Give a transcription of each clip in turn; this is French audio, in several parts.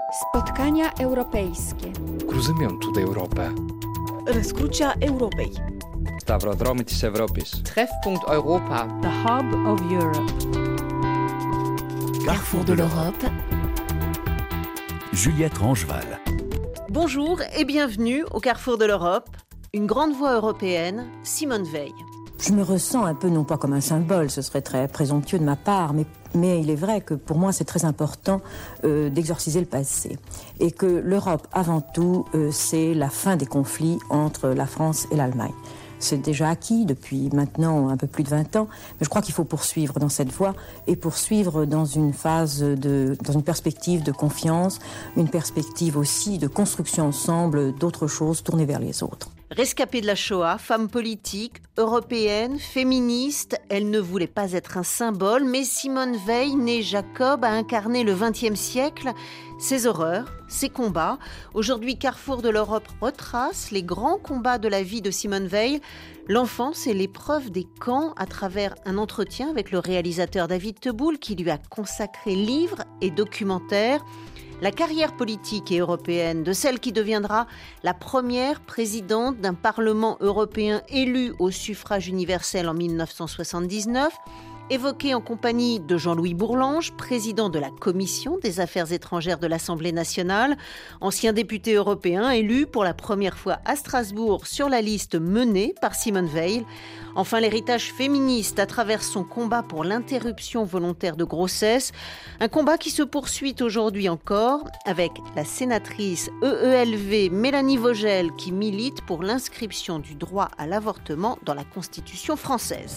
Spotkania europejskie. Cruzymiąt Europę. Răscrucea Europei. Stavrodromitis Europis. Treffpunkt Europa. The Hub of Europe. Carrefour de l'Europe. Juliette Rangeval. Bonjour et bienvenue au Carrefour de l'Europe. Une grande voix européenne, Simone Veil. Je me ressens un peu, non pas comme un symbole, ce serait très présomptueux de ma part, mais il est vrai que pour moi c'est très important d'exorciser le passé. Et que l'Europe, avant tout, c'est la fin des conflits entre la France et l'Allemagne. C'est déjà acquis depuis maintenant un peu plus de 20 ans, mais je crois qu'il faut poursuivre dans cette voie et poursuivre dans une phase dans une perspective de confiance, une perspective aussi de construction ensemble d'autres choses tournées vers les autres. Rescapée de la Shoah, femme politique, européenne, féministe, elle ne voulait pas être un symbole, mais Simone Veil, née Jacob, a incarné le XXe siècle, ses horreurs, ses combats. Aujourd'hui, Carrefour de l'Europe retrace les grands combats de la vie de Simone Veil, l'enfance et l'épreuve des camps à travers un entretien avec le réalisateur David Teboul qui lui a consacré livres et documentaires. La carrière politique et européenne de celle qui deviendra la première présidente d'un Parlement européen élu au suffrage universel en 1979, évoquée en compagnie de Jean-Louis Bourlanges, président de la Commission des Affaires étrangères de l'Assemblée nationale, ancien député européen élu pour la première fois à Strasbourg sur la liste menée par Simone Veil. Enfin, l'héritage féministe à travers son combat pour l'interruption volontaire de grossesse, un combat qui se poursuit aujourd'hui encore avec la sénatrice EELV Mélanie Vogel qui milite pour l'inscription du droit à l'avortement dans la Constitution française.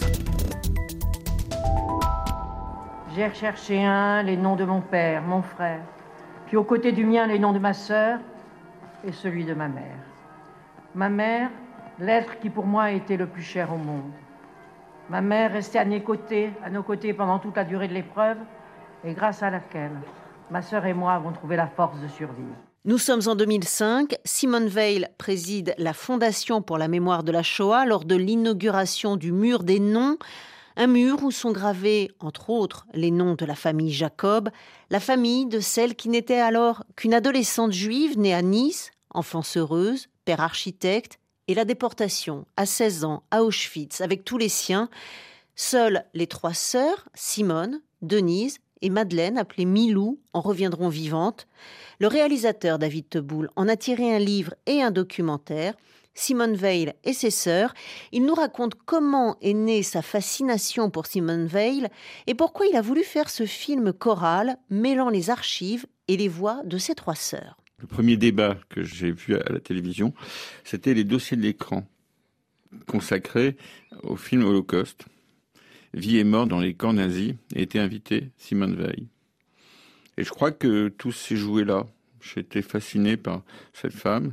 J'ai recherché les noms de mon père, mon frère, puis aux côtés du mien, les noms de ma sœur et celui de ma mère. Ma mère, l'être qui pour moi a été le plus cher au monde. Ma mère restait à nos côtés pendant toute la durée de l'épreuve et grâce à laquelle ma sœur et moi avons trouvé la force de survivre. Nous sommes en 2005. Simone Veil préside la Fondation pour la mémoire de la Shoah lors de l'inauguration du mur des noms. Un mur où sont gravés, entre autres, les noms de la famille Jacob, la famille de celle qui n'était alors qu'une adolescente juive née à Nice, enfance heureuse, père architecte, et la déportation à 16 ans à Auschwitz avec tous les siens. Seules les trois sœurs, Simone, Denise et Madeleine, appelées Milou, en reviendront vivantes. Le réalisateur David Teboul en a tiré un livre et un documentaire, Simone Veil et ses sœurs. Il nous raconte comment est née sa fascination pour Simone Veil et pourquoi il a voulu faire ce film choral mêlant les archives et les voix de ses trois sœurs. Le premier débat que j'ai vu à la télévision, c'était les dossiers de l'écran consacrés au film Holocauste. Vie et mort dans les camps nazis, et était invitée Simone Veil. Et je crois que tout s'est joué là. J'étais fasciné par cette femme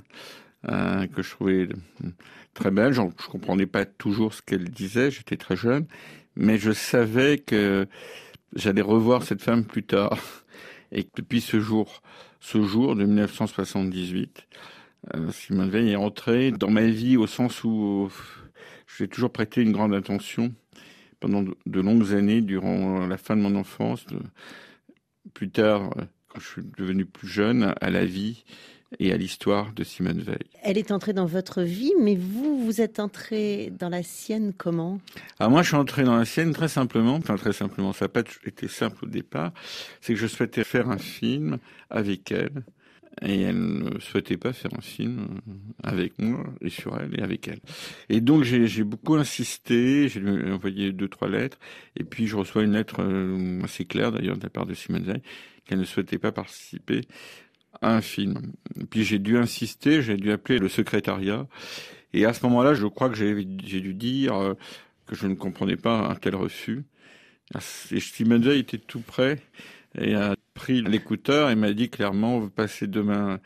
que je trouvais très belle. Je comprenais pas toujours ce qu'elle disait, j'étais très jeune, mais je savais que j'allais revoir cette femme plus tard. Et que depuis ce jour de 1978, Simone Veil est entrée dans ma vie au sens où j'ai toujours prêté une grande attention pendant de longues années, durant la fin de mon enfance, plus tard, quand je suis devenu plus jeune, à la vie et à l'histoire de Simone Veil. Elle est entrée dans votre vie, mais vous êtes entré dans la sienne comment ? Alors moi, je suis entré dans la sienne très simplement, ça n'a pas été simple au départ, c'est que je souhaitais faire un film avec elle, et elle ne souhaitait pas faire un film avec moi, et sur elle, et avec elle. Et donc j'ai beaucoup insisté, j'ai envoyé 2-3 lettres, et puis je reçois une lettre assez claire d'ailleurs de la part de Simone Veil, qu'elle ne souhaitait pas participer à un film. Puis j'ai dû insister, j'ai dû appeler le secrétariat. Et à ce moment-là, je crois que j'ai dû dire que je ne comprenais pas un tel refus. Et Simone Veil était tout près et a pris l'écouteur et m'a dit clairement, on va passer demain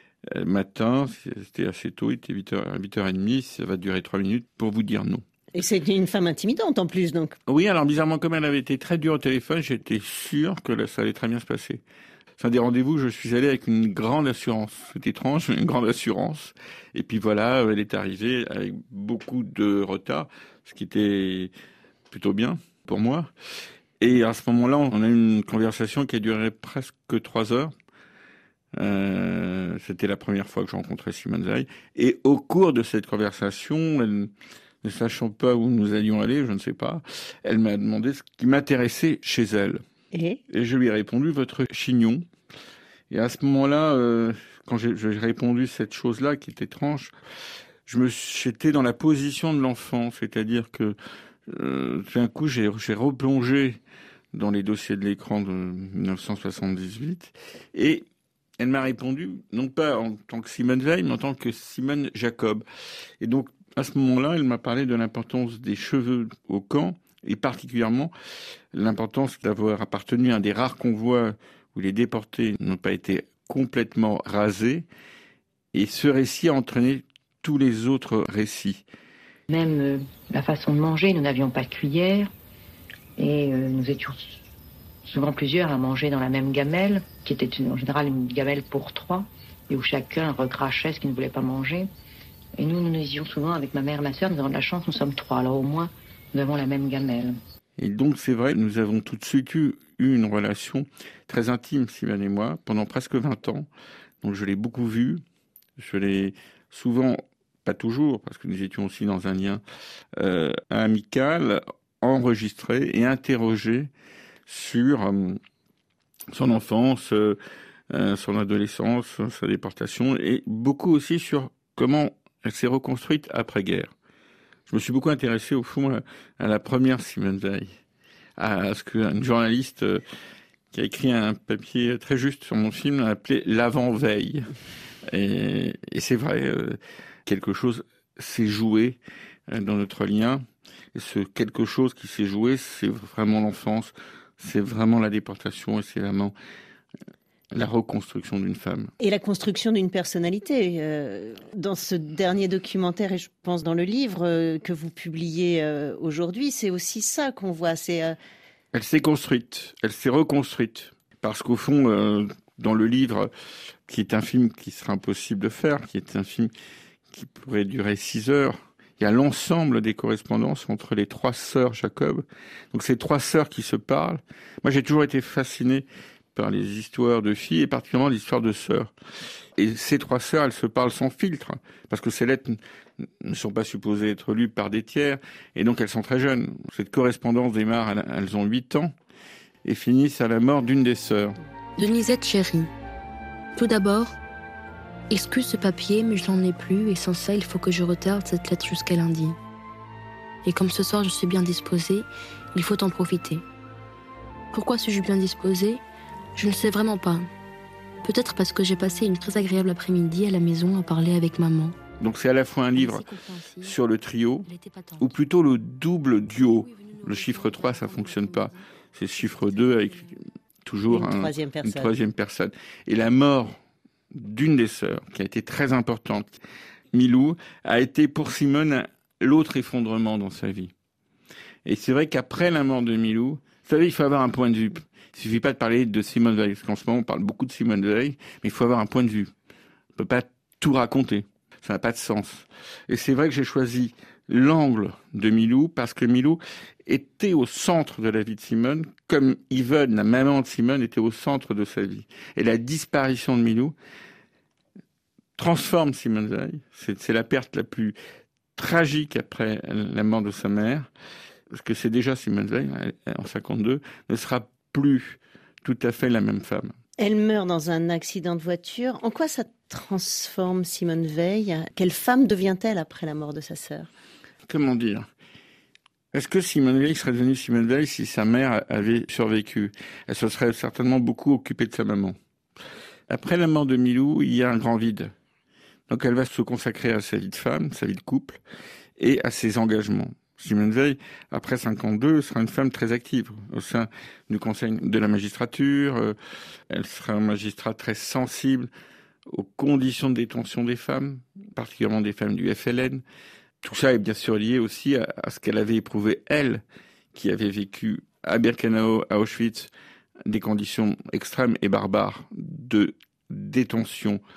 matin, c'était assez tôt, il était 8h30, ça va durer 3 minutes pour vous dire non. Et c'était une femme intimidante en plus, donc. Oui, alors bizarrement, comme elle avait été très dure au téléphone, j'étais sûr que ça allait très bien se passer. C'est un des rendez-vous, je suis allé avec une grande assurance. C'est étrange, une grande assurance. Et puis voilà, elle est arrivée avec beaucoup de retard, ce qui était plutôt bien pour moi. Et à ce moment-là, on a eu une conversation qui a duré presque 3 heures. C'était la première fois que je rencontrais Simone Veil. Et au cours de cette conversation, elle, ne sachant pas où nous allions aller, je ne sais pas, elle m'a demandé ce qui m'intéressait chez elle. Et je lui ai répondu, votre chignon. Et à ce moment-là, quand j'ai répondu cette chose-là, qui est étrange, j'étais dans la position de l'enfant, c'est-à-dire que d'un coup, j'ai replongé dans les dossiers de l'écran de 1978, et elle m'a répondu, non pas en tant que Simone Veil, mais en tant que Simone Jacob. Et donc, à ce moment-là, elle m'a parlé de l'importance des cheveux au camp, et particulièrement l'importance d'avoir appartenu à un des rares convois où les déportés n'ont pas été complètement rasés. Et ce récit a entraîné tous les autres récits. Même la façon de manger, nous n'avions pas de cuillère. Et nous étions souvent plusieurs à manger dans la même gamelle, qui était en général une gamelle pour 3, et où chacun recrachait ce qu'il ne voulait pas manger. Et nous disions souvent avec ma mère et ma sœur, nous avons de la chance, nous sommes 3, alors au moins nous avons la même gamelle. Et donc c'est vrai, nous avons tout de suite eu une relation très intime, Simone et moi, pendant presque 20 ans. Donc je l'ai beaucoup vue, je l'ai souvent, pas toujours, parce que nous étions aussi dans un lien amical, enregistré et interrogé sur son enfance, son adolescence, sa déportation, et beaucoup aussi sur comment elle s'est reconstruite après-guerre. Je me suis beaucoup intéressé, au fond, à la première Simone Veil, à ce qu'une journaliste qui a écrit un papier très juste sur mon film a appelé l'avant-veille. Et c'est vrai, quelque chose s'est joué dans notre lien. Et ce quelque chose qui s'est joué, c'est vraiment l'enfance, c'est vraiment la déportation et c'est vraiment la reconstruction d'une femme. Et la construction d'une personnalité. Dans ce dernier documentaire, et je pense dans le livre que vous publiez aujourd'hui, c'est aussi ça qu'on voit. Elle s'est construite, elle s'est reconstruite. Parce qu'au fond, dans le livre, qui est un film qui sera impossible de faire, qui est un film qui pourrait durer 6 heures, il y a l'ensemble des correspondances entre les 3 sœurs Jacob. Donc ces 3 sœurs qui se parlent. Moi, j'ai toujours été fasciné par les histoires de filles et particulièrement l'histoire de sœurs. Et ces 3 sœurs, elles se parlent sans filtre, parce que ces lettres ne sont pas supposées être lues par des tiers, et donc elles sont très jeunes. Cette correspondance démarre, elles ont 8 ans, et finissent à la mort d'une des sœurs. Denisette chérie, tout d'abord, excuse ce papier, mais je n'en ai plus, et sans ça, il faut que je retarde cette lettre jusqu'à lundi. Et comme ce soir je suis bien disposée, il faut en profiter. Pourquoi suis-je bien disposée ? Je ne sais vraiment pas. Peut-être parce que j'ai passé une très agréable après-midi à la maison à parler avec maman. Donc c'est à la fois un livre sur le trio, ou plutôt le double duo. Le chiffre 3, ça ne fonctionne pas. C'est le chiffre 2 avec toujours une troisième personne. Et la mort d'une des sœurs, qui a été très importante, Milou, a été pour Simone l'autre effondrement dans sa vie. Et c'est vrai qu'après la mort de Milou, vous savez, il faut avoir un point de vue. Il ne suffit pas de parler de Simone Veil, parce qu'en ce moment, on parle beaucoup de Simone Veil, mais il faut avoir un point de vue. On ne peut pas tout raconter. Ça n'a pas de sens. Et c'est vrai que j'ai choisi l'angle de Milou, parce que Milou était au centre de la vie de Simone, comme Yvonne, la maman de Simone, était au centre de sa vie. Et la disparition de Milou transforme Simone Veil. C'est la perte la plus tragique après la mort de sa mère, parce que c'est déjà Simone Veil, en 52, ne sera plus tout à fait la même femme. Elle meurt dans un accident de voiture. En quoi ça transforme Simone Veil ? Quelle femme devient-elle après la mort de sa sœur ? Comment dire ? Est-ce que Simone Veil serait devenue Simone Veil si sa mère avait survécu ? Elle se serait certainement beaucoup occupée de sa maman. Après la mort de Milou, il y a un grand vide. Donc elle va se consacrer à sa vie de femme, sa vie de couple, et à ses engagements. Simone Veil, après 52, sera une femme très active au sein du Conseil de la magistrature. Elle sera un magistrat très sensible aux conditions de détention des femmes, particulièrement des femmes du FLN. Tout ça est bien sûr lié aussi à ce qu'elle avait éprouvé, elle, qui avait vécu à Birkenau, à Auschwitz, des conditions extrêmes et barbares de détention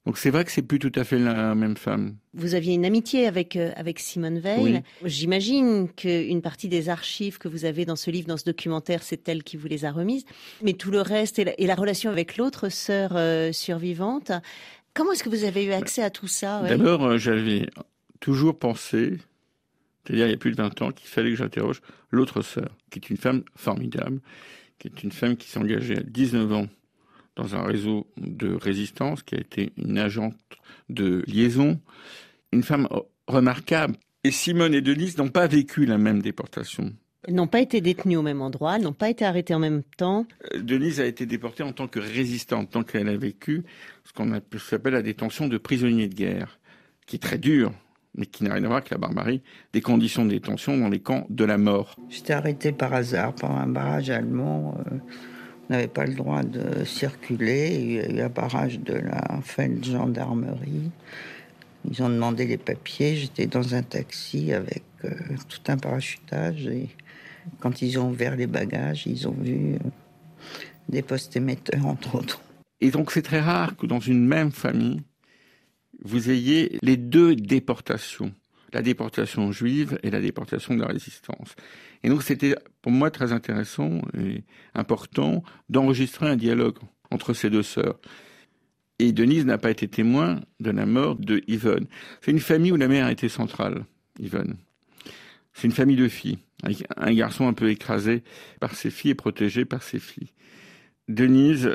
Donc c'est vrai que c'est plus tout à fait la même femme. Vous aviez une amitié avec Simone Veil. Oui. J'imagine qu'une partie des archives que vous avez dans ce livre, dans ce documentaire, c'est elle qui vous les a remises. Mais tout le reste et la relation avec l'autre sœur survivante, comment est-ce que vous avez eu accès à tout ça? D'abord, j'avais toujours pensé, c'est-à-dire il y a plus de 20 ans, qu'il fallait que j'interroge l'autre sœur, qui est une femme formidable, qui est une femme qui s'est engagée à 19 ans dans un réseau de résistance, qui a été une agente de liaison, une femme remarquable. Et Simone et Denise n'ont pas vécu la même déportation. Elles n'ont pas été détenues au même endroit, elles n'ont pas été arrêtées en même temps. Denise a été déportée en tant que résistante, tant qu'elle a vécu ce qu'on appelle la détention de prisonniers de guerre, qui est très dure, mais qui n'a rien à voir avec la barbarie, des conditions de détention dans les camps de la mort. J'étais arrêtée par hasard par un barrage allemand. On n'avait pas le droit de circuler. Il y a eu un barrage de la Feldgendarmerie. Ils ont demandé les papiers. J'étais dans un taxi avec tout un parachutage. Et quand ils ont ouvert les bagages, ils ont vu des postes émetteurs, entre autres. Et donc c'est très rare que dans une même famille, vous ayez les deux déportations. La déportation juive et la déportation de la résistance. Et donc c'était pour moi très intéressant et important d'enregistrer un dialogue entre ces deux sœurs. Et Denise n'a pas été témoin de la mort de Yvonne. C'est une famille où la mère a été centrale, Yvonne. C'est une famille de filles, avec un garçon un peu écrasé par ses filles et protégé par ses filles. Denise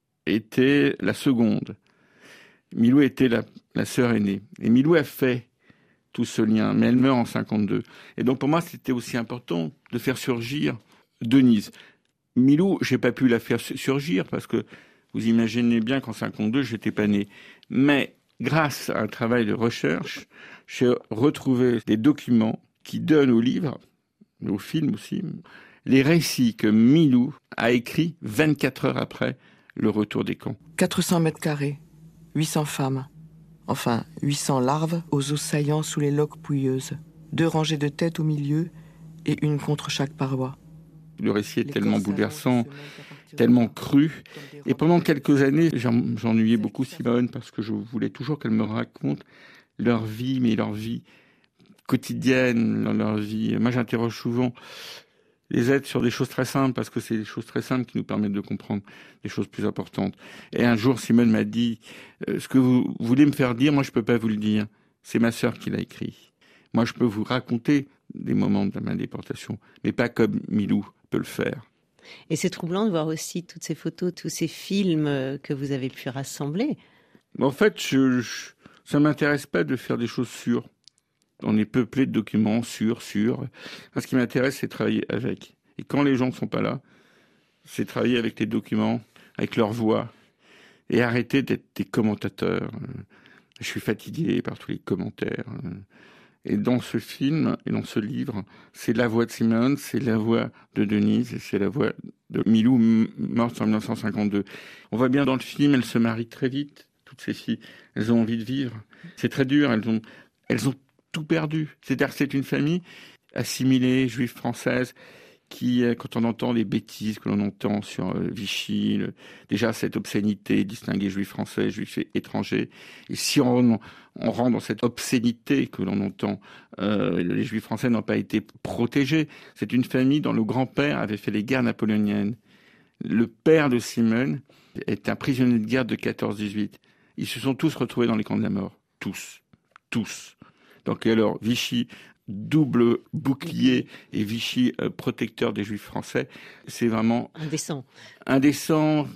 était la seconde. Milou était la sœur aînée. Et Milou a fait tout ce lien, mais elle meurt en 52. Et donc pour moi, c'était aussi important de faire surgir Denise. Milou, j'ai pas pu la faire surgir parce que vous imaginez bien qu'en 52, j'étais pas né. Mais grâce à un travail de recherche, j'ai retrouvé des documents qui donnent au livre, mais au film aussi, les récits que Milou a écrits 24 heures après le retour des camps. 400 mètres carrés, 800 femmes. Enfin, 800 larves aux os saillants sous les loques pouilleuses. 2 rangées de têtes au milieu et une contre chaque paroi. Le récit est tellement bouleversant, tellement cru. Et pendant quelques années, j'ennuyais beaucoup Simone parce que je voulais toujours qu'elle me raconte leur vie, mais leur vie quotidienne, leur vie. Moi, j'interroge souvent les êtres sur des choses très simples, parce que c'est des choses très simples qui nous permettent de comprendre des choses plus importantes. Et un jour, Simone m'a dit, ce que vous voulez me faire dire, moi je peux pas vous le dire. C'est ma sœur qui l'a écrit. Moi je peux vous raconter des moments de ma déportation, mais pas comme Milou peut le faire. Et c'est troublant de voir aussi toutes ces photos, tous ces films que vous avez pu rassembler. En fait, ça m'intéresse pas de faire des choses sûres. On est peuplé de documents sûrs. Ce qui m'intéresse, c'est travailler avec. Et quand les gens ne sont pas là, c'est travailler avec les documents, avec leur voix, et arrêter d'être des commentateurs. Je suis fatigué par tous les commentaires. Et dans ce film et dans ce livre, c'est la voix de Simone, c'est la voix de Denise, et c'est la voix de Milou, morte en 1952. On voit bien dans le film, elles se marient très vite, toutes ces filles. Elles ont envie de vivre. C'est très dur, elles ont tout perdu. C'est-à-dire que c'est une famille assimilée, juive française, qui, quand on entend les bêtises que l'on entend sur Vichy, déjà cette obscénité, distinguer juifs français, juifs étrangers, et si on rentre dans cette obscénité que l'on entend, les juifs français n'ont pas été protégés. C'est une famille dont le grand-père avait fait les guerres napoléoniennes. Le père de Simone est un prisonnier de guerre de 14-18. Ils se sont tous retrouvés dans les camps de la mort. Tous. Donc alors, Vichy, double bouclier, et Vichy, protecteur des juifs français, c'est vraiment indécent,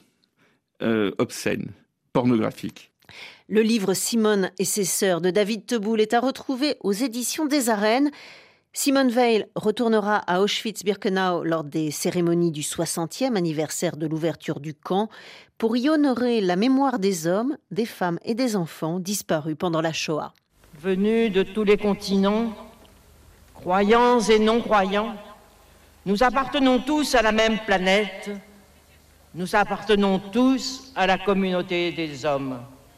obscène, pornographique. Le livre Simone et ses sœurs de David Teboul est à retrouver aux éditions des Arènes. Simone Veil retournera à Auschwitz-Birkenau lors des cérémonies du 60e anniversaire de l'ouverture du camp pour y honorer la mémoire des hommes, des femmes et des enfants disparus pendant la Shoah. Venus de tous les continents, croyants et non-croyants, nous appartenons tous à la même planète, nous appartenons tous à la communauté des hommes.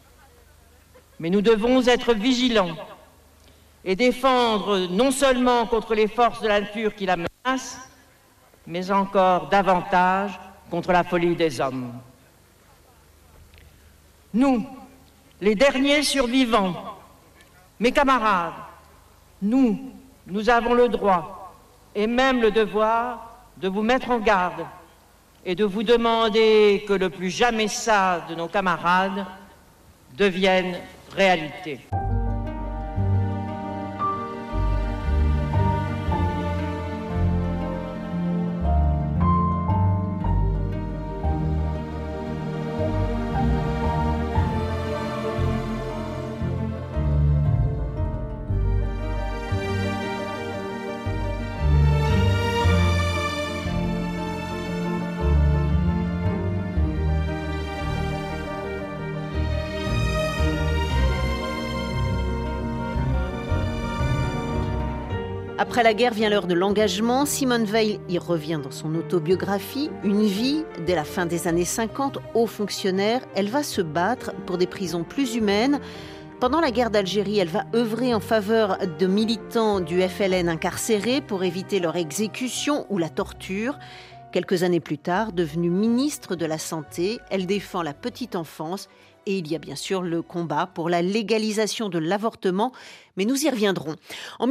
Mais nous devons être vigilants et défendre non seulement contre les forces de la nature qui la menacent, mais encore davantage contre la folie des hommes. Nous, les derniers survivants, mes camarades, nous avons le droit et même le devoir de vous mettre en garde et de vous demander que le plus jamais ça de nos camarades devienne réalité. Après la guerre vient l'heure de l'engagement. Simone Veil y revient dans son autobiographie. Une vie, dès la fin des années 50, haut fonctionnaire. Elle va se battre pour des prisons plus humaines. Pendant la guerre d'Algérie, elle va œuvrer en faveur de militants du FLN incarcérés pour éviter leur exécution ou la torture. Quelques années plus tard, devenue ministre de la Santé, elle défend la petite enfance. Et il y a bien sûr le combat pour la légalisation de l'avortement, mais nous y reviendrons. En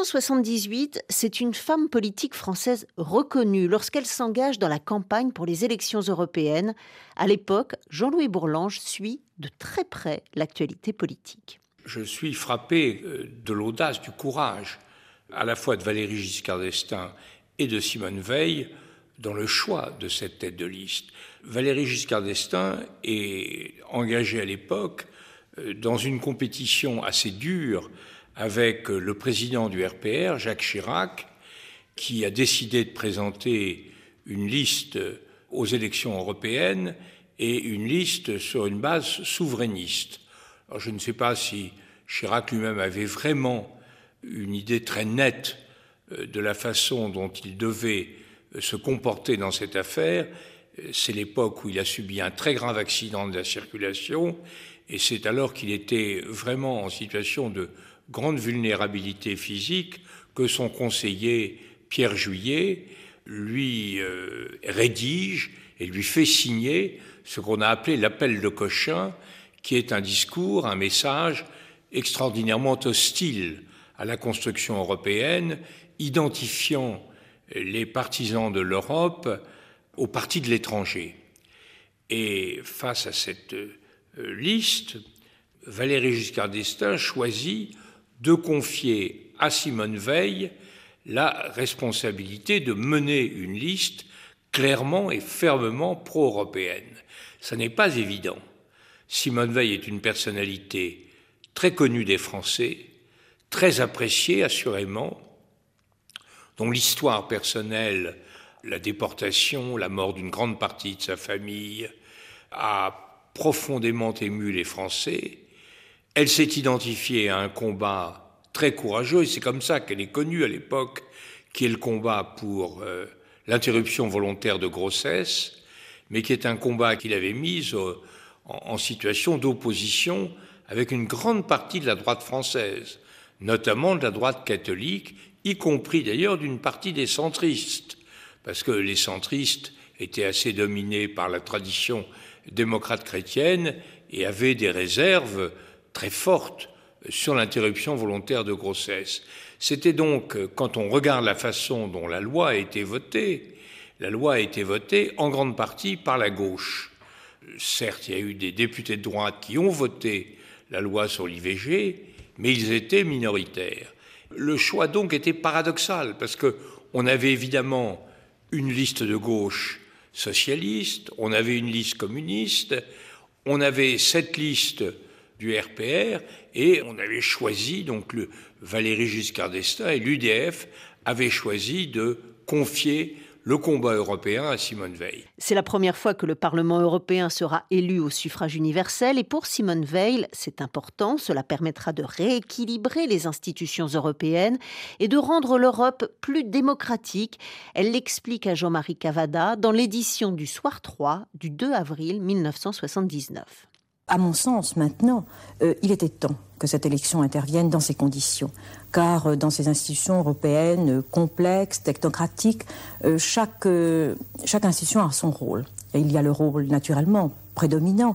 1978, c'est une femme politique française reconnue lorsqu'elle s'engage dans la campagne pour les élections européennes. À l'époque, Jean-Louis Bourlanges suit de très près l'actualité politique. Je suis frappé de l'audace, du courage, à la fois de Valéry Giscard d'Estaing et de Simone Veil, dans le choix de cette tête de liste. Valéry Giscard d'Estaing est engagé à l'époque dans une compétition assez dure avec le président du RPR, Jacques Chirac, qui a décidé de présenter une liste aux élections européennes et une liste sur une base souverainiste. Alors, je ne sais pas si Chirac lui-même avait vraiment une idée très nette de la façon dont il devait se comporter dans cette affaire. C'est l'époque où il a subi un très grave accident de la circulation et c'est alors qu'il était vraiment en situation de grande vulnérabilité physique que son conseiller Pierre Juillet lui rédige et lui fait signer ce qu'on a appelé l'appel de Cochin, qui est un discours, un message extraordinairement hostile à la construction européenne, identifiant les partisans de l'Europe au parti de l'étranger. Et face à cette liste, Valéry Giscard d'Estaing choisit de confier à Simone Veil la responsabilité de mener une liste clairement et fermement pro-européenne. Ça n'est pas évident. Simone Veil est une personnalité très connue des Français, très appréciée assurément, dont l'histoire personnelle, la déportation, la mort d'une grande partie de sa famille, a profondément ému les Français. Elle s'est identifiée à un combat très courageux, et c'est comme ça qu'elle est connue à l'époque, qui est le combat pour l'interruption volontaire de grossesse, mais qui est un combat qu'il avait mis en situation d'opposition avec une grande partie de la droite française, notamment de la droite catholique, y compris d'ailleurs d'une partie des centristes, parce que les centristes étaient assez dominés par la tradition démocrate chrétienne et avaient des réserves très fortes sur l'interruption volontaire de grossesse. C'était donc, quand on regarde la façon dont la loi a été votée en grande partie par la gauche. Certes, il y a eu des députés de droite qui ont voté la loi sur l'IVG, mais ils étaient minoritaires. Le choix donc était paradoxal, parce qu'on avait évidemment une liste de gauche socialiste, on avait une liste communiste, on avait cette liste du RPR, et on avait choisi, donc Valéry Giscard d'Estaing et l'UDF avaient choisi de confier le combat européen à Simone Veil. C'est la première fois que le Parlement européen sera élu au suffrage universel et pour Simone Veil, c'est important, cela permettra de rééquilibrer les institutions européennes et de rendre l'Europe plus démocratique. Elle l'explique à Jean-Marie Cavada dans l'édition du Soir 3 du 2 avril 1979. À mon sens, maintenant, il était temps que cette élection intervienne dans ces conditions. Car dans ces institutions européennes complexes, technocratiques, chaque institution a son rôle. Et il y a le rôle, naturellement, prédominant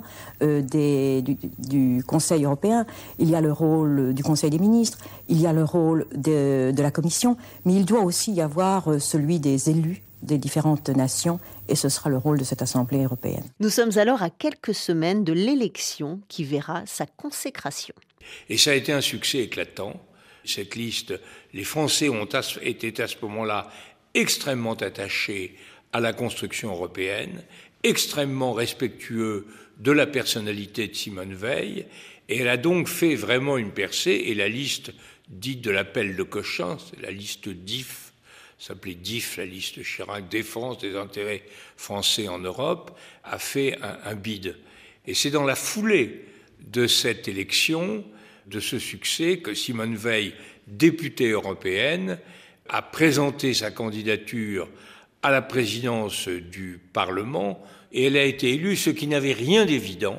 du Conseil européen, il y a le rôle du Conseil des ministres, il y a le rôle de la Commission, mais il doit aussi y avoir celui des élus des différentes nations, et ce sera le rôle de cette Assemblée européenne. Nous sommes alors à quelques semaines de l'élection qui verra sa consécration. Et ça a été un succès éclatant. Cette liste, les Français ont été à ce moment-là extrêmement attachés à la construction européenne, extrêmement respectueux de la personnalité de Simone Veil, et elle a donc fait vraiment une percée, et la liste dite de l'appel de Cochin, c'est la liste DIF, s'appelait DIF, la liste Chirac, Défense des intérêts français en Europe, a fait un bid. Et c'est dans la foulée de cette élection, de ce succès, que Simone Veil, députée européenne, a présenté sa candidature à la présidence du Parlement, et elle a été élue, ce qui n'avait rien d'évident,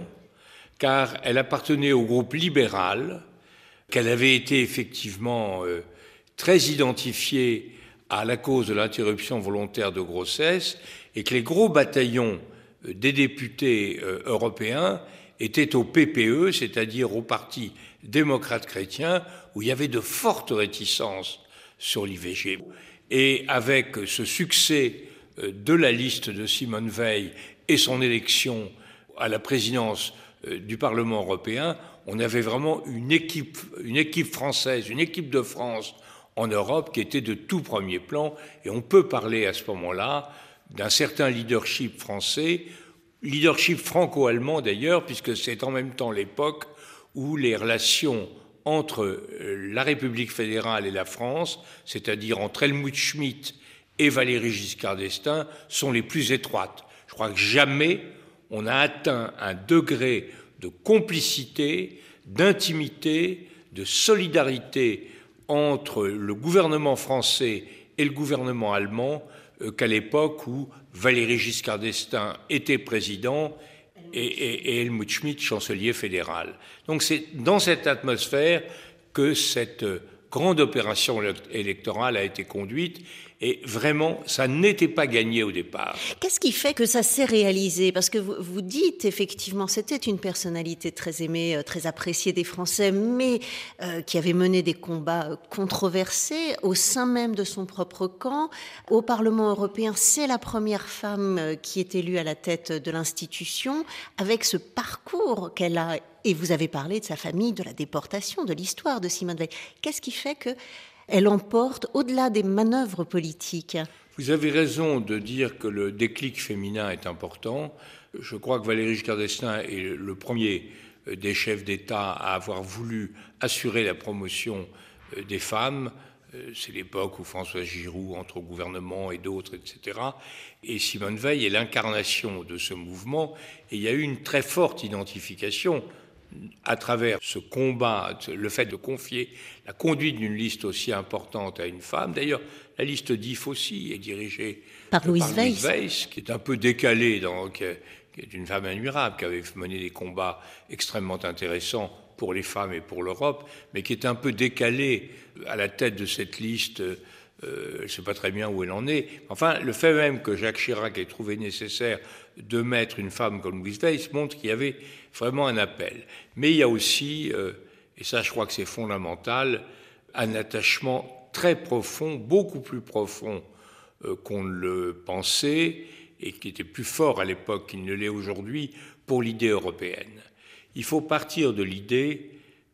car elle appartenait au groupe libéral, qu'elle avait été effectivement très identifiée à la cause de l'interruption volontaire de grossesse, et que les gros bataillons des députés européens étaient au PPE, c'est-à-dire au Parti démocrate chrétien, où il y avait de fortes réticences sur l'IVG. Et avec ce succès de la liste de Simone Veil et son élection à la présidence du Parlement européen, on avait vraiment une équipe française, une équipe de France en Europe qui était de tout premier plan, et on peut parler à ce moment-là d'un certain leadership français, leadership franco-allemand d'ailleurs, puisque c'est en même temps l'époque où les relations entre la République fédérale et la France, c'est-à-dire entre Helmut Schmidt et Valéry Giscard d'Estaing, sont les plus étroites. Je crois que jamais on a atteint un degré de complicité, d'intimité, de solidarité entre le gouvernement français et le gouvernement allemand qu'à l'époque où Valéry Giscard d'Estaing était président et Helmut Schmidt chancelier fédéral. Donc c'est dans cette atmosphère que cette grande opération électorale a été conduite, et vraiment, ça n'était pas gagné au départ. Qu'est-ce qui fait que ça s'est réalisé? Parce que vous dites, effectivement, c'était une personnalité très aimée, très appréciée des Français, mais qui avait mené des combats controversés au sein même de son propre camp. Au Parlement européen, c'est la première femme qui est élue à la tête de l'institution, avec ce parcours qu'elle a. Et vous avez parlé de sa famille, de la déportation, de l'histoire de Simone Veil. Qu'est-ce qui fait qu'elle emporte au-delà des manœuvres politiques? Vous avez raison de dire que le déclic féminin est important. Je crois que Valéry Giscard d'Estaing est le premier des chefs d'État à avoir voulu assurer la promotion des femmes. C'est l'époque où François Giroud entre au gouvernement et d'autres, etc. Et Simone Veil est l'incarnation de ce mouvement. Et il y a eu une très forte identification à travers ce combat, le fait de confier la conduite d'une liste aussi importante à une femme. D'ailleurs, la liste DIF aussi est dirigée par Louise Weiss, qui est un peu décalée, qui est une femme admirable, qui avait mené des combats extrêmement intéressants pour les femmes et pour l'Europe, mais qui est un peu décalée à la tête de cette liste. Je ne sais pas très bien où elle en est. Enfin, le fait même que Jacques Chirac ait trouvé nécessaire de mettre une femme comme Louise Weiss montre qu'il y avait vraiment un appel. Mais il y a aussi, et ça je crois que c'est fondamental, un attachement très profond, beaucoup plus profond qu'on ne le pensait, et qui était plus fort à l'époque qu'il ne l'est aujourd'hui, pour l'idée européenne. Il faut partir de l'idée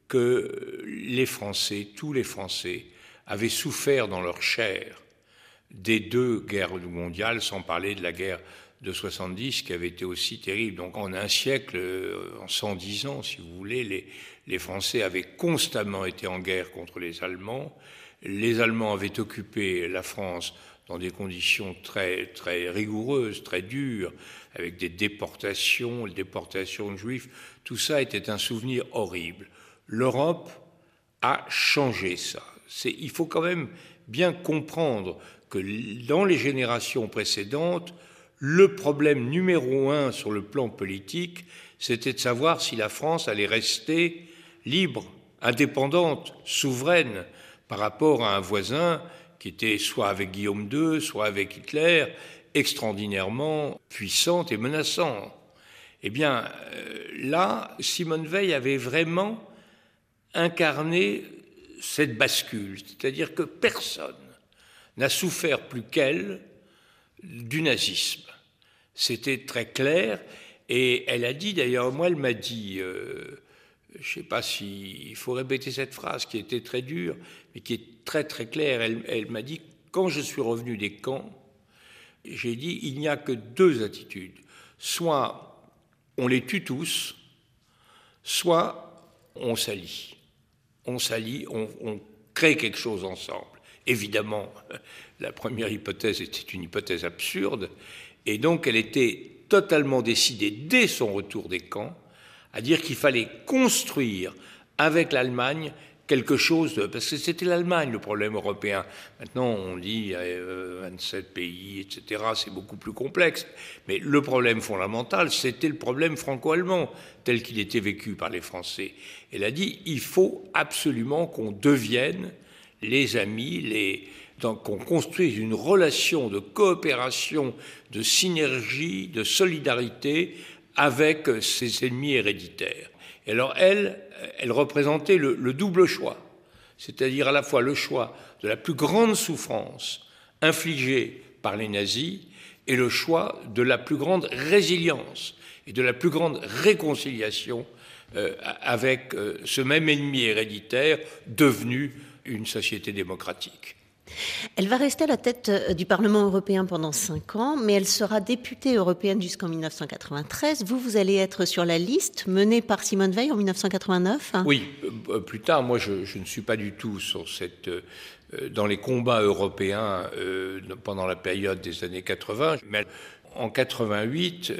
que les Français, tous les Français, avaient souffert dans leur chair des deux guerres mondiales, sans parler de la guerre de 70 qui avait été aussi terrible. Donc en un siècle, en 110 ans, si vous voulez, les Français avaient constamment été en guerre contre les Allemands. Les Allemands avaient occupé la France dans des conditions très, très rigoureuses, très dures, avec des déportations, les déportations de Juifs. Tout ça était un souvenir horrible. L'Europe a changé ça. Il faut quand même bien comprendre que dans les générations précédentes, le problème numéro un sur le plan politique, c'était de savoir si la France allait rester libre, indépendante, souveraine par rapport à un voisin qui était soit avec Guillaume II, soit avec Hitler, extraordinairement puissant et menaçant. Eh bien, là, Simone Veil avait vraiment incarné cette bascule, c'est-à-dire que personne n'a souffert plus qu'elle du nazisme. C'était très clair, et elle a dit, d'ailleurs, moi elle m'a dit, je ne sais pas s'il faut répéter cette phrase qui était très dure, mais qui est très très claire, elle m'a dit, quand je suis revenu des camps, j'ai dit, il n'y a que deux attitudes, soit on les tue tous, soit on s'allie. On s'allie, on crée quelque chose ensemble. Évidemment, la première hypothèse était une hypothèse absurde, et donc elle était totalement décidée, dès son retour des camps, à dire qu'il fallait construire avec l'Allemagne quelque chose de... Parce que c'était l'Allemagne le problème européen. Maintenant, on dit 27 pays, etc., c'est beaucoup plus complexe. Mais le problème fondamental, c'était le problème franco-allemand, tel qu'il était vécu par les Français. Elle a dit, il faut absolument qu'on devienne les amis, qu'on construise une relation de coopération, de synergie, de solidarité avec ses ennemis héréditaires. Et alors elle représentait le double choix, c'est-à-dire à la fois le choix de la plus grande souffrance infligée par les nazis et le choix de la plus grande résilience et de la plus grande réconciliation avec ce même ennemi héréditaire devenu une société démocratique. Elle va rester à la tête du Parlement européen pendant 5 ans, mais elle sera députée européenne jusqu'en 1993. Vous allez être sur la liste menée par Simone Veil en 1989 ? Oui, plus tard, moi je ne suis pas du tout dans les combats européens pendant la période des années 80, mais en 88,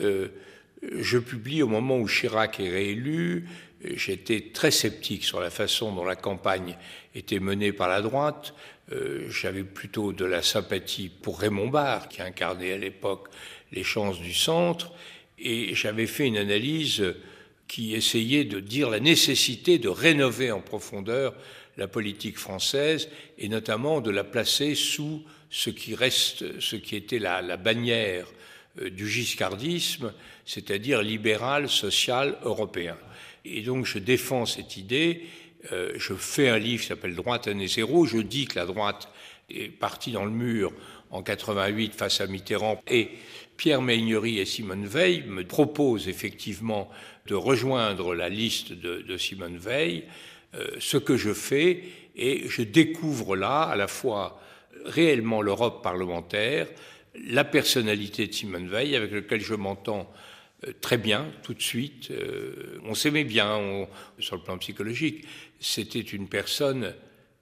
je publie au moment où Chirac est réélu. J'étais très sceptique sur la façon dont la campagne était menée par la droite. J'avais plutôt de la sympathie pour Raymond Barre, qui incarnait à l'époque les chances du centre, et j'avais fait une analyse qui essayait de dire la nécessité de rénover en profondeur la politique française, et notamment de la placer sous ce qui était la bannière du giscardisme, c'est-à-dire libéral, social, européen. Et donc je défends cette idée, je fais un livre qui s'appelle « Droite année zéro », je dis que la droite est partie dans le mur en 88 face à Mitterrand, et Pierre Meignery et Simone Veil me proposent effectivement de rejoindre la liste de Simone Veil, ce que je fais, et je découvre là à la fois réellement l'Europe parlementaire, la personnalité de Simone Veil, avec laquelle je m'entends très bien, tout de suite. On s'aimait bien sur le plan psychologique. C'était une personne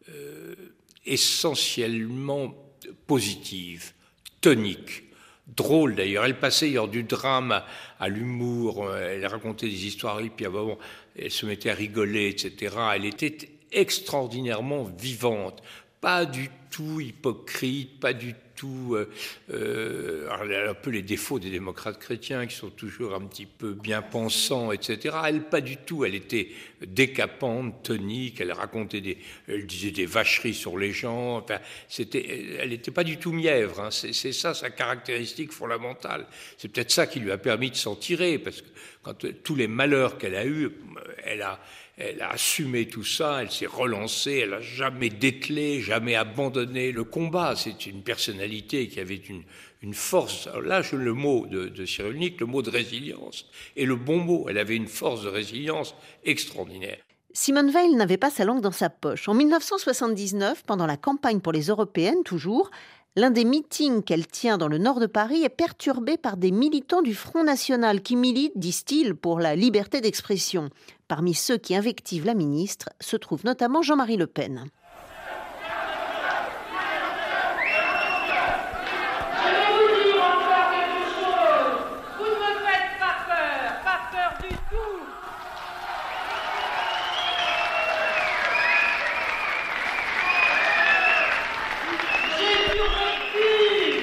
essentiellement positive, tonique, drôle d'ailleurs. Elle passait du drame à l'humour, elle racontait des histoires et puis bon, elle se mettait à rigoler, etc. Elle était extraordinairement vivante, pas du tout hypocrite, pas du tout... alors elle a un peu les défauts des démocrates chrétiens qui sont toujours un petit peu bien pensants, etc. Elle, pas du tout. Elle était décapante, tonique, elle disait des vacheries sur les gens. Enfin, elle n'était pas du tout mièvre. Hein. C'est ça sa caractéristique fondamentale. C'est peut-être ça qui lui a permis de s'en tirer, parce que quand tous les malheurs qu'elle a eus, elle a assumé tout ça, elle s'est relancée, elle n'a jamais dételé, jamais abandonné le combat. C'est une personnalité qui avait une force. Alors là, le mot de Cyrulnik, le mot de résilience, est le bon mot. Elle avait une force de résilience extraordinaire. Simone Veil n'avait pas sa langue dans sa poche. En 1979, pendant la campagne pour les européennes, toujours, l'un des meetings qu'elle tient dans le nord de Paris est perturbé par des militants du Front National qui militent, disent-ils, pour la liberté d'expression. Parmi ceux qui invectivent la ministre se trouve notamment Jean-Marie Le Pen.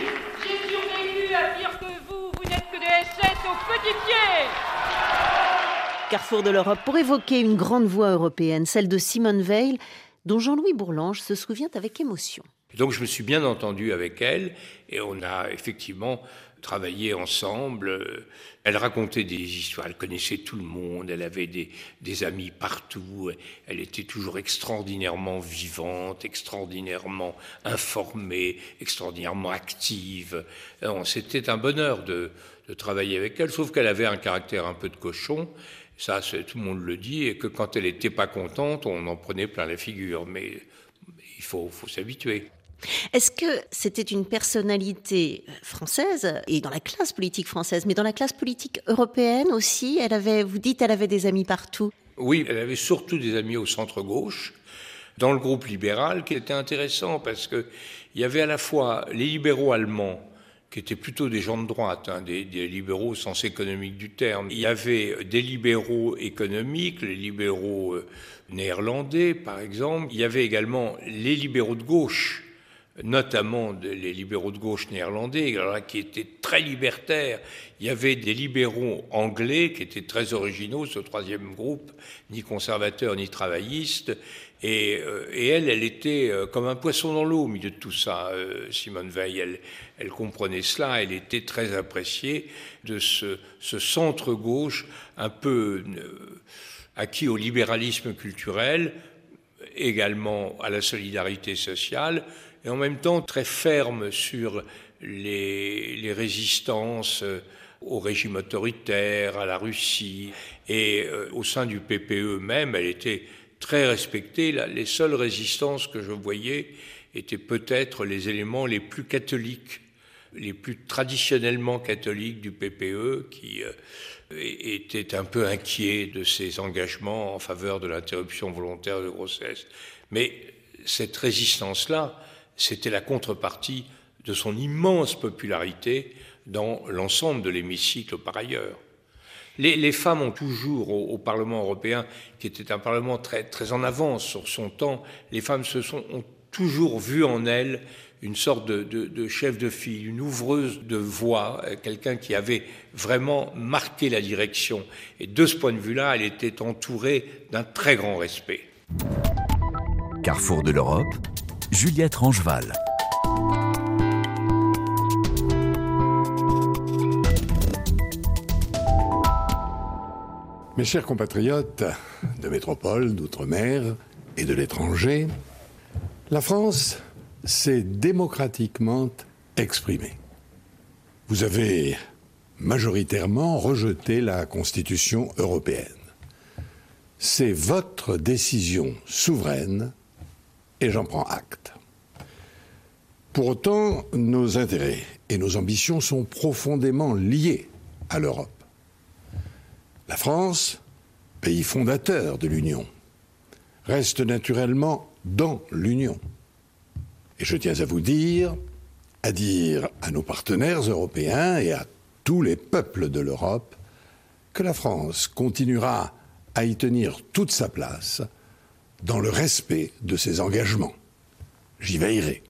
Petit pied. Carrefour de l'Europe pour évoquer une grande voix européenne, celle de Simone Veil, dont Jean-Louis Bourlange se souvient avec émotion. Donc je me suis bien entendu avec elle et on a effectivement travaillé ensemble. Elle racontait des histoires, elle connaissait tout le monde, elle avait des amis partout, elle était toujours extraordinairement vivante, extraordinairement informée, extraordinairement active. C'était un bonheur de travailler avec elle, sauf qu'elle avait un caractère un peu de cochon, ça tout le monde le dit, et que quand elle n'était pas contente, on en prenait plein la figure, mais il faut s'habituer. Est-ce que c'était une personnalité française et dans la classe politique française, mais dans la classe politique européenne aussi? Vous dites elle avait des amis partout. Oui, elle avait surtout des amis au centre-gauche, dans le groupe libéral, qui était intéressant parce qu'il y avait à la fois les libéraux allemands, qui étaient plutôt des gens de droite, des libéraux au sens économique du terme. Il y avait des libéraux économiques, les libéraux néerlandais, par exemple. Il y avait également les libéraux de gauche, notamment les libéraux de gauche néerlandais, qui étaient très libertaires. Il y avait des libéraux anglais qui étaient très originaux, ce troisième groupe, ni conservateurs ni travaillistes. Et elle était comme un poisson dans l'eau au milieu de tout ça, Simone Veil. Elle comprenait cela, elle était très appréciée de ce centre-gauche un peu acquis au libéralisme culturel, également à la solidarité sociale, et en même temps très ferme sur les résistances au régime autoritaire, à la Russie. Et au sein du PPE même, elle était très respectée. Les seules résistances que je voyais étaient peut-être les éléments les plus catholiques, les plus traditionnellement catholiques du PPE, qui étaient un peu inquiets de ses engagements en faveur de l'interruption volontaire de grossesse. Mais cette résistance-là, c'était la contrepartie de son immense popularité dans l'ensemble de l'hémicycle par ailleurs. Les femmes ont toujours, au Parlement européen, qui était un Parlement très, très en avance sur son temps, les femmes ont toujours vu en elles une sorte de chef de file, une ouvreuse de voix, quelqu'un qui avait vraiment marqué la direction. Et de ce point de vue-là, elle était entourée d'un très grand respect. Carrefour de l'Europe, Juliette Rangeval. Mes chers compatriotes de métropole, d'outre-mer et de l'étranger, la France s'est démocratiquement exprimée. Vous avez majoritairement rejeté la Constitution européenne. C'est votre décision souveraine et j'en prends acte. Pour autant, nos intérêts et nos ambitions sont profondément liés à l'Europe. La France, pays fondateur de l'Union, reste naturellement dans l'Union. Et je tiens à vous dire, à nos partenaires européens et à tous les peuples de l'Europe, que la France continuera à y tenir toute sa place dans le respect de ses engagements. J'y veillerai.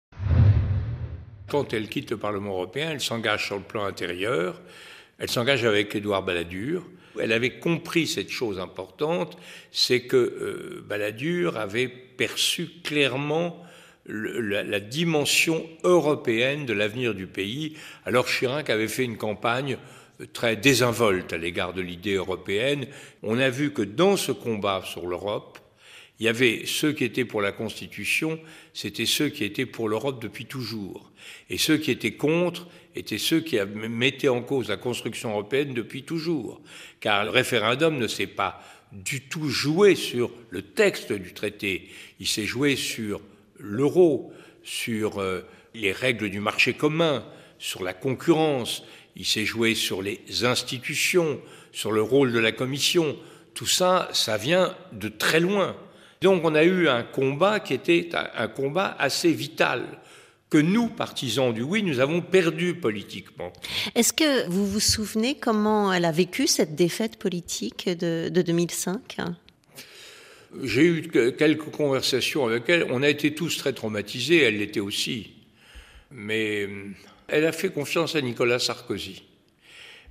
Quand elle quitte le Parlement européen, elle s'engage sur le plan intérieur, elle s'engage avec Édouard Balladur. Elle avait compris cette chose importante, c'est que Balladur avait perçu clairement la dimension européenne de l'avenir du pays, alors Chirac avait fait une campagne très désinvolte à l'égard de l'idée européenne. On a vu que dans ce combat sur l'Europe, il y avait ceux qui étaient pour la Constitution, c'était ceux qui étaient pour l'Europe depuis toujours. Et ceux qui étaient contre étaient ceux qui mettaient en cause la construction européenne depuis toujours. Car le référendum ne s'est pas du tout joué sur le texte du traité. Il s'est joué sur l'euro, sur les règles du marché commun, sur la concurrence. Il s'est joué sur les institutions, sur le rôle de la Commission. Tout ça, ça vient de très loin. Donc on a eu un combat qui était un combat assez vital, que nous, partisans du oui, nous avons perdu politiquement. Est-ce que vous vous souvenez comment elle a vécu cette défaite politique de 2005 ? J'ai eu quelques conversations avec elle. On a été tous très traumatisés, elle l'était aussi. Mais elle a fait confiance à Nicolas Sarkozy.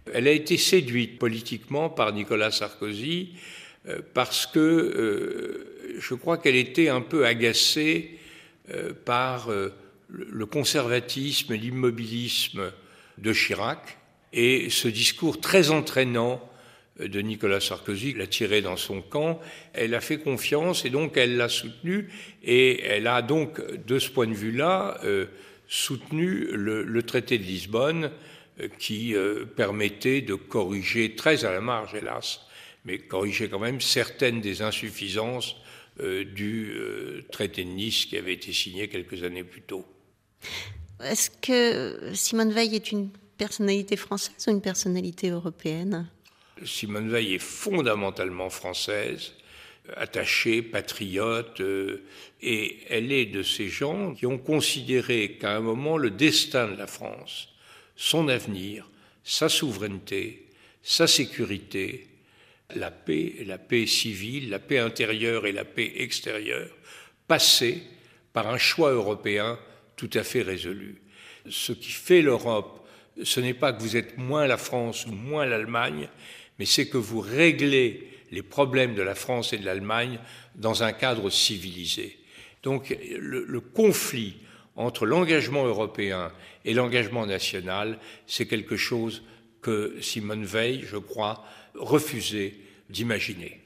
Elle a été séduite politiquement par Nicolas Sarkozy parce que je crois qu'elle était un peu agacée par le conservatisme et l'immobilisme de Chirac, et ce discours très entraînant de Nicolas Sarkozy l'a tiré dans son camp. Elle a fait confiance et donc elle l'a soutenu, et elle a donc de ce point de vue-là soutenu le traité de Lisbonne qui permettait de corriger, très à la marge hélas, mais corriger quand même certaines des insuffisances du traité de Nice qui avait été signé quelques années plus tôt. Est-ce que Simone Veil est une personnalité française ou une personnalité européenne ? Simone Veil est fondamentalement française, attachée, patriote, et elle est de ces gens qui ont considéré qu'à un moment, le destin de la France, son avenir, sa souveraineté, sa sécurité, la paix civile, la paix intérieure et la paix extérieure, passaient par un choix européen tout à fait résolu. Ce qui fait l'Europe, ce n'est pas que vous êtes moins la France ou moins l'Allemagne, mais c'est que vous réglez les problèmes de la France et de l'Allemagne dans un cadre civilisé. Donc le conflit entre l'engagement européen et l'engagement national, c'est quelque chose que Simone Veil, je crois, refusait d'imaginer.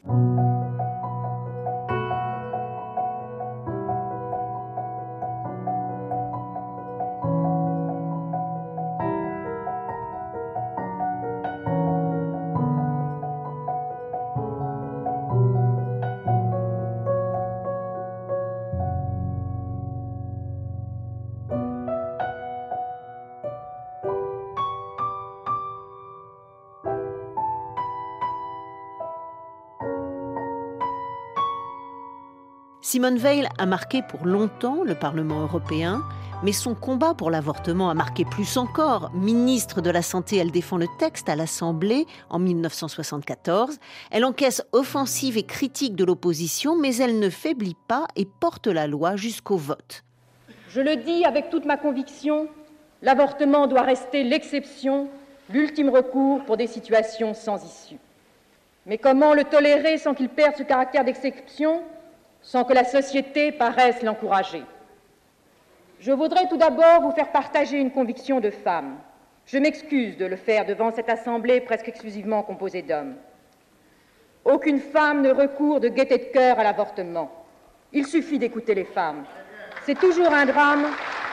Simone Veil a marqué pour longtemps le Parlement européen, mais son combat pour l'avortement a marqué plus encore. Ministre de la Santé, elle défend le texte à l'Assemblée en 1974. Elle encaisse offensive et critique de l'opposition, mais elle ne faiblit pas et porte la loi jusqu'au vote. Je le dis avec toute ma conviction, l'avortement doit rester l'exception, l'ultime recours pour des situations sans issue. Mais comment le tolérer sans qu'il perde ce caractère d'exception, sans que la société paraisse l'encourager? Je voudrais tout d'abord vous faire partager une conviction de femme. Je m'excuse de le faire devant cette assemblée presque exclusivement composée d'hommes. Aucune femme ne recourt de gaieté de cœur à l'avortement. Il suffit d'écouter les femmes. C'est toujours un drame.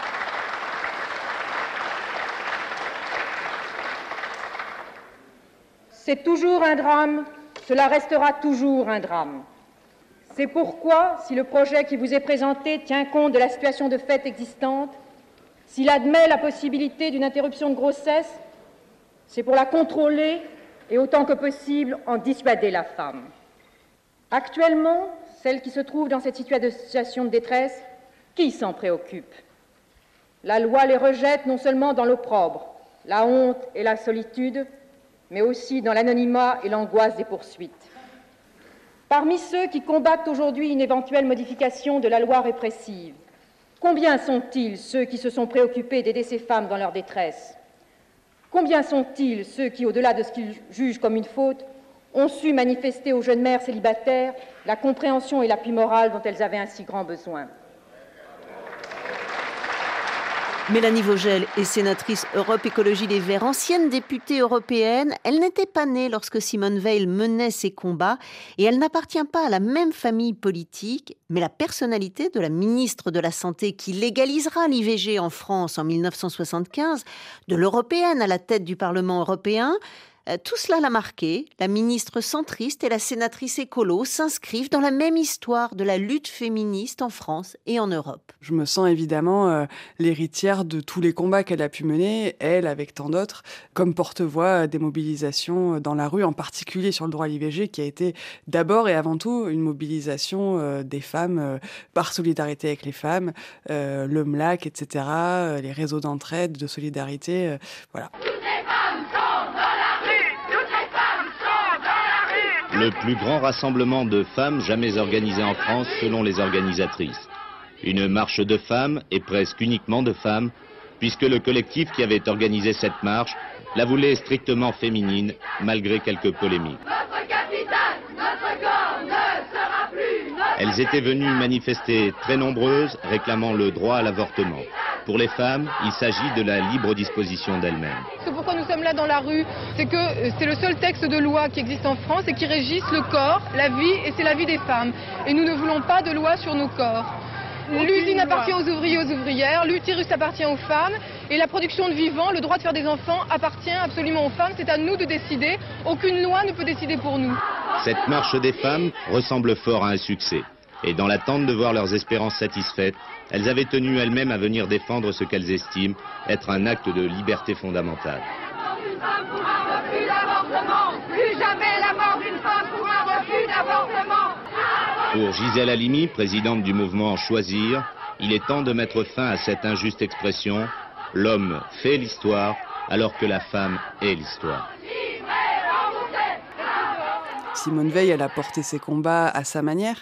C'est toujours un drame, cela restera toujours un drame. C'est pourquoi, si le projet qui vous est présenté tient compte de la situation de fait existante, s'il admet la possibilité d'une interruption de grossesse, c'est pour la contrôler et autant que possible en dissuader la femme. Actuellement, celle qui se trouve dans cette situation de détresse, qui s'en préoccupe? La loi les rejette non seulement dans l'opprobre, la honte et la solitude, mais aussi dans l'anonymat et l'angoisse des poursuites. Parmi ceux qui combattent aujourd'hui une éventuelle modification de la loi répressive, combien sont-ils ceux qui se sont préoccupés d'aider ces femmes dans leur détresse? Combien sont-ils ceux qui, au-delà de ce qu'ils jugent comme une faute, ont su manifester aux jeunes mères célibataires la compréhension et l'appui moral dont elles avaient un si grand besoin? Mélanie Vogel est sénatrice Europe Écologie Les Verts, ancienne députée européenne. Elle n'était pas née lorsque Simone Veil menait ses combats et elle n'appartient pas à la même famille politique, mais la personnalité de la ministre de la Santé qui légalisera l'IVG en France en 1975, de l'européenne à la tête du Parlement européen, tout cela l'a marqué. La ministre centriste et la sénatrice écolo s'inscrivent dans la même histoire de la lutte féministe en France et en Europe. Je me sens évidemment l'héritière de tous les combats qu'elle a pu mener, elle avec tant d'autres, comme porte-voix des mobilisations dans la rue, en particulier sur le droit à l'IVG, qui a été d'abord et avant tout une mobilisation des femmes par solidarité avec les femmes, le MLAC, etc., les réseaux d'entraide, de solidarité, voilà. Le plus grand rassemblement de femmes jamais organisé en France selon les organisatrices. Une marche de femmes et presque uniquement de femmes, puisque le collectif qui avait organisé cette marche, la voulait strictement féminine, malgré quelques polémiques. Notre capitaine, notre corps ne sera plus notre... Elles étaient venues manifester très nombreuses, réclamant le droit à l'avortement. Pour les femmes, il s'agit de la libre disposition d'elles-mêmes. C'est pourquoi nous sommes là dans la rue, c'est que c'est le seul texte de loi qui existe en France et qui régisse le corps, la vie, et c'est la vie des femmes. Et nous ne voulons pas de loi sur nos corps. L'usine appartient aux ouvriers, aux ouvrières, l'utérus appartient aux femmes, et la production de vivants, le droit de faire des enfants appartient absolument aux femmes. C'est à nous de décider. Aucune loi ne peut décider pour nous. Cette marche des femmes ressemble fort à un succès. Et dans l'attente de voir leurs espérances satisfaites, elles avaient tenu elles-mêmes à venir défendre ce qu'elles estiment être un acte de liberté fondamentale. Une femme pour un refus d'avortement. Plus jamais la mort d'une femme pour un refus d'avortement. Pour Gisèle Halimi, présidente du mouvement Choisir, il est temps de mettre fin à cette injuste expression « l'homme fait l'histoire alors que la femme est l'histoire ». Simone Veil, elle a porté ses combats à sa manière.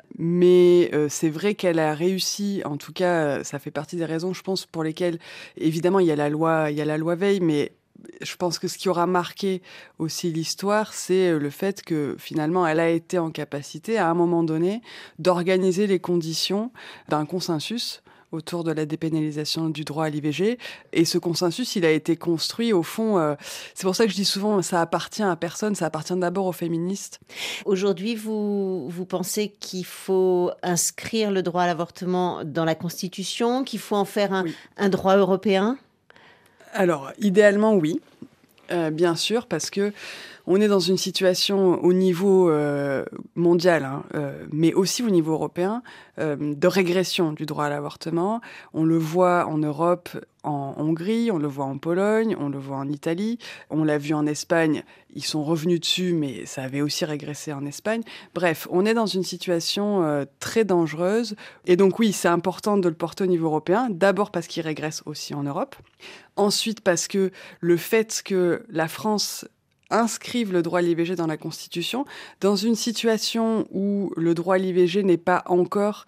Mais c'est vrai qu'elle a réussi, en tout cas, ça fait partie des raisons, je pense, pour lesquelles, évidemment, il y a la loi Veil, mais je pense que ce qui aura marqué aussi l'histoire, c'est le fait que, finalement, elle a été en capacité, à un moment donné, d'organiser les conditions d'un consensus autour de la dépénalisation du droit à l'IVG. Et ce consensus, il a été construit, au fond, c'est pour ça que je dis souvent, ça appartient à personne, ça appartient d'abord aux féministes. Aujourd'hui, vous pensez qu'il faut inscrire le droit à l'avortement dans la Constitution, qu'il faut en faire un droit européen ? Alors, idéalement, oui. Bien sûr, parce que on est dans une situation au niveau mondial, mais aussi au niveau européen, de régression du droit à l'avortement. On le voit en Europe, en Hongrie, on le voit en Pologne, on le voit en Italie, on l'a vu en Espagne, ils sont revenus dessus, mais ça avait aussi régressé en Espagne. Bref, on est dans une situation très dangereuse, et donc oui, c'est important de le porter au niveau européen, d'abord parce qu'il régresse aussi en Europe, ensuite parce que le fait que la France inscrivent le droit à l'IVG dans la Constitution, dans une situation où le droit à l'IVG n'est pas encore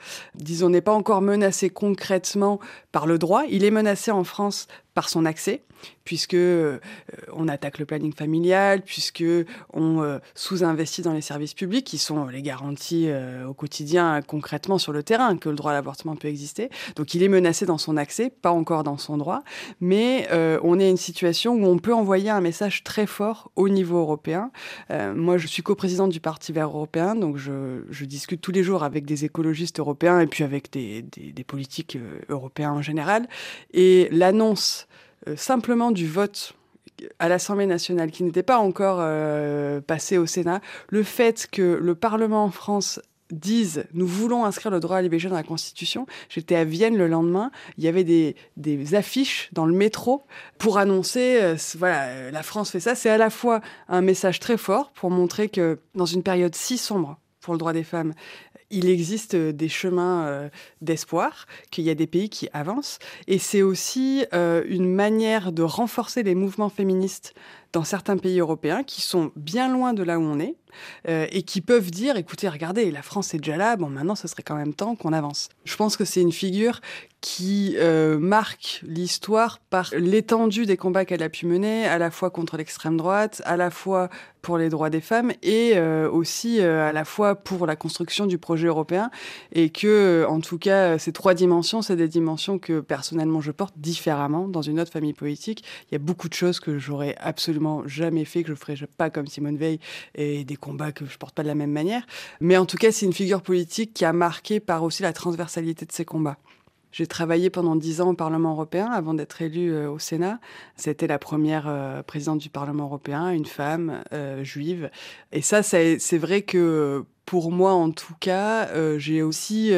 menacé concrètement par le droit. Il est menacé en France par son accès, puisque on attaque le planning familial, puisque on sous-investit dans les services publics, qui sont les garanties au quotidien, concrètement sur le terrain, que le droit à l'avortement peut exister. Donc il est menacé dans son accès, pas encore dans son droit, mais on est à une situation où on peut envoyer un message très fort au niveau européen. Moi, je suis coprésidente du Parti vert européen, donc je discute tous les jours avec des écologistes européens et puis avec des politiques européens en général. Et l'annonce simplement du vote à l'Assemblée nationale, qui n'était pas encore passé au Sénat, le fait que le Parlement en France dise « nous voulons inscrire le droit à l'IVG dans la Constitution », j'étais à Vienne le lendemain, il y avait des affiches dans le métro pour annoncer voilà, la France fait ça. C'est à la fois un message très fort pour montrer que dans une période si sombre pour le droit des femmes, il existe des chemins d'espoir, qu'il y a des pays qui avancent. Et c'est aussi une manière de renforcer les mouvements féministes dans certains pays européens qui sont bien loin de là où on est et qui peuvent dire, écoutez, regardez, la France est déjà là, bon, maintenant, ce serait quand même temps qu'on avance. Je pense que c'est une figure qui marque l'histoire par l'étendue des combats qu'elle a pu mener, à la fois contre l'extrême droite, à la fois pour les droits des femmes et aussi à la fois pour la construction du projet européen. Et que, en tout cas, ces trois dimensions, c'est des dimensions que personnellement je porte différemment dans une autre famille politique. Il y a beaucoup de choses que j'aurais absolument jamais fait, que je ferais pas comme Simone Veil, et des combats que je porte pas de la même manière. Mais en tout cas, c'est une figure politique qui a marqué par aussi la transversalité de ses combats. J'ai travaillé pendant 10 ans au Parlement européen avant d'être élue au Sénat. C'était la première présidente du Parlement européen, une femme juive. Et ça, c'est vrai que pour moi, en tout cas, j'ai aussi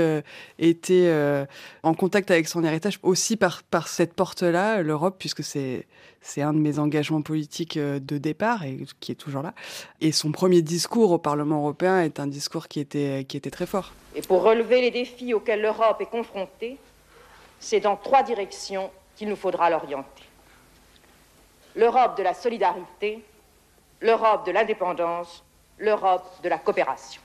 été en contact avec son héritage, aussi par cette porte-là, l'Europe, puisque c'est un de mes engagements politiques de départ et qui est toujours là. Et son premier discours au Parlement européen est un discours qui était très fort. Et pour relever les défis auxquels l'Europe est confrontée, c'est dans 3 directions qu'il nous faudra l'orienter. L'Europe de la solidarité, l'Europe de l'indépendance, l'Europe de la coopération.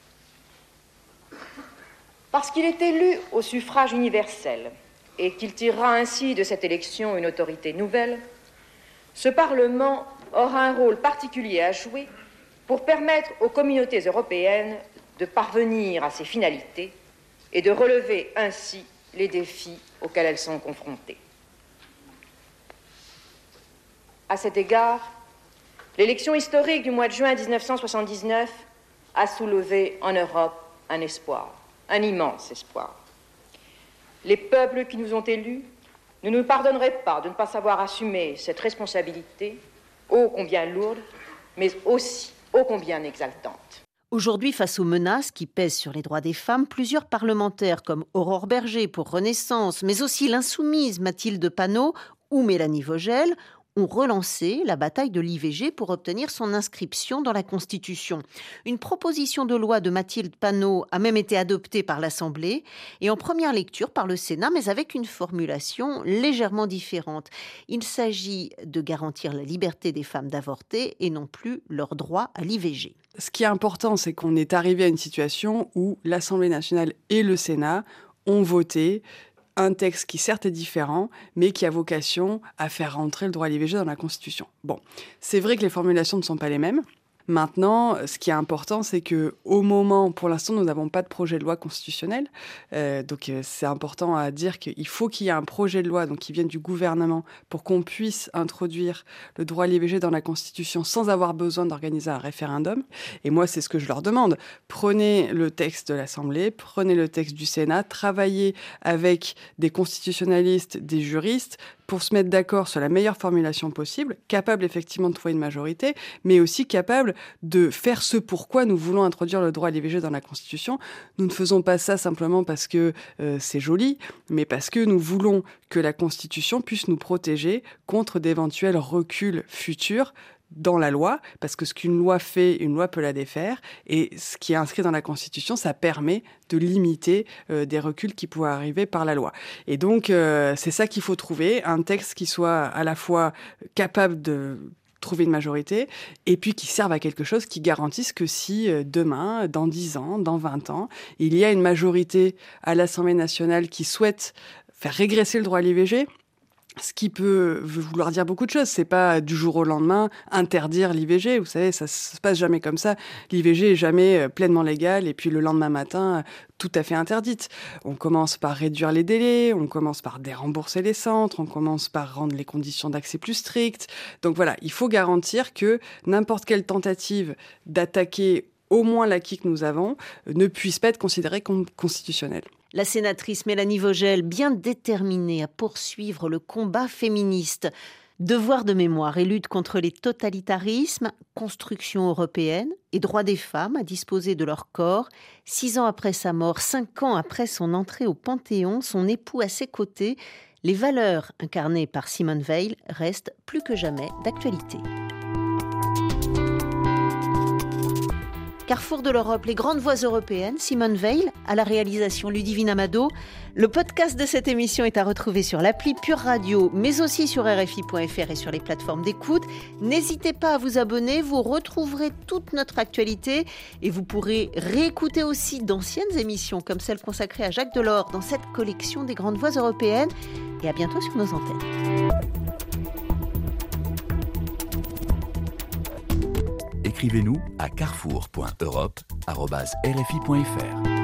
Parce qu'il est élu au suffrage universel et qu'il tirera ainsi de cette élection une autorité nouvelle, Ce Parlement aura un rôle particulier à jouer pour permettre aux communautés européennes de parvenir à ces finalités et de relever ainsi les défis auxquels elles sont confrontées. À cet égard, l'élection historique du mois de juin 1979 a soulevé en Europe un espoir, un immense espoir. Les peuples qui nous ont élus ne nous pardonneraient pas de ne pas savoir assumer cette responsabilité, ô combien lourde, mais aussi ô combien exaltante. Aujourd'hui, face aux menaces qui pèsent sur les droits des femmes, plusieurs parlementaires comme Aurore Berger pour Renaissance, mais aussi l'insoumise Mathilde Panot ou Mélanie Vogel ont relancé la bataille de l'IVG pour obtenir son inscription dans la Constitution. Une proposition de loi de Mathilde Panot a même été adoptée par l'Assemblée et en première lecture par le Sénat, mais avec une formulation légèrement différente. Il s'agit de garantir la liberté des femmes d'avorter et non plus leur droit à l'IVG. Ce qui est important, c'est qu'on est arrivé à une situation où l'Assemblée nationale et le Sénat ont voté un texte qui certes est différent, mais qui a vocation à faire rentrer le droit à l'IVG dans la Constitution. Bon, c'est vrai que les formulations ne sont pas les mêmes. Maintenant, ce qui est important, c'est que au moment, pour l'instant, nous n'avons pas de projet de loi constitutionnel. Donc, c'est important à dire qu'il faut qu'il y ait un projet de loi donc, qui vienne du gouvernement pour qu'on puisse introduire le droit à l'IVG dans la Constitution sans avoir besoin d'organiser un référendum. Et moi, c'est ce que je leur demande. Prenez le texte de l'Assemblée, prenez le texte du Sénat, travaillez avec des constitutionnalistes, des juristes, pour se mettre d'accord sur la meilleure formulation possible, capable effectivement de trouver une majorité, mais aussi capable de faire ce pourquoi nous voulons introduire le droit à l'IVG dans la Constitution. Nous ne faisons pas ça simplement parce que c'est joli, mais parce que nous voulons que la Constitution puisse nous protéger contre d'éventuels reculs futurs dans la loi, parce que ce qu'une loi fait, une loi peut la défaire, et ce qui est inscrit dans la Constitution, ça permet de limiter des reculs qui pourraient arriver par la loi. Et donc, c'est ça qu'il faut trouver, un texte qui soit à la fois capable de trouver une majorité, et puis qui serve à quelque chose, qui garantisse que si demain, dans 10 ans, dans 20 ans, il y a une majorité à l'Assemblée nationale qui souhaite faire régresser le droit à l'IVG, ce qui peut vouloir dire beaucoup de choses. C'est pas du jour au lendemain interdire l'IVG. Vous savez, ça se passe jamais comme ça. L'IVG est jamais pleinement légale et puis le lendemain matin, tout à fait interdite. On commence par réduire les délais, on commence par dérembourser les centres, on commence par rendre les conditions d'accès plus strictes. Donc voilà, il faut garantir que n'importe quelle tentative d'attaquer au moins l'acquis que nous avons ne puisse pas être considérée comme constitutionnelle. La sénatrice Mélanie Vogel, bien déterminée à poursuivre le combat féministe. Devoir de mémoire et lutte contre les totalitarismes, construction européenne et droit des femmes à disposer de leur corps. 6 ans après sa mort, 5 ans après son entrée au Panthéon, son époux à ses côtés, les valeurs incarnées par Simone Veil restent plus que jamais d'actualité. Carrefour de l'Europe, les grandes voix européennes, Simone Veil, à la réalisation Ludivine Amado. Le podcast de cette émission est à retrouver sur l'appli Pure Radio, mais aussi sur RFI.fr et sur les plateformes d'écoute. N'hésitez pas à vous abonner, vous retrouverez toute notre actualité et vous pourrez réécouter aussi d'anciennes émissions comme celle consacrée à Jacques Delors dans cette collection des grandes voix européennes. Et à bientôt sur nos antennes. Écrivez-nous à carrefour.europe@rfi.fr.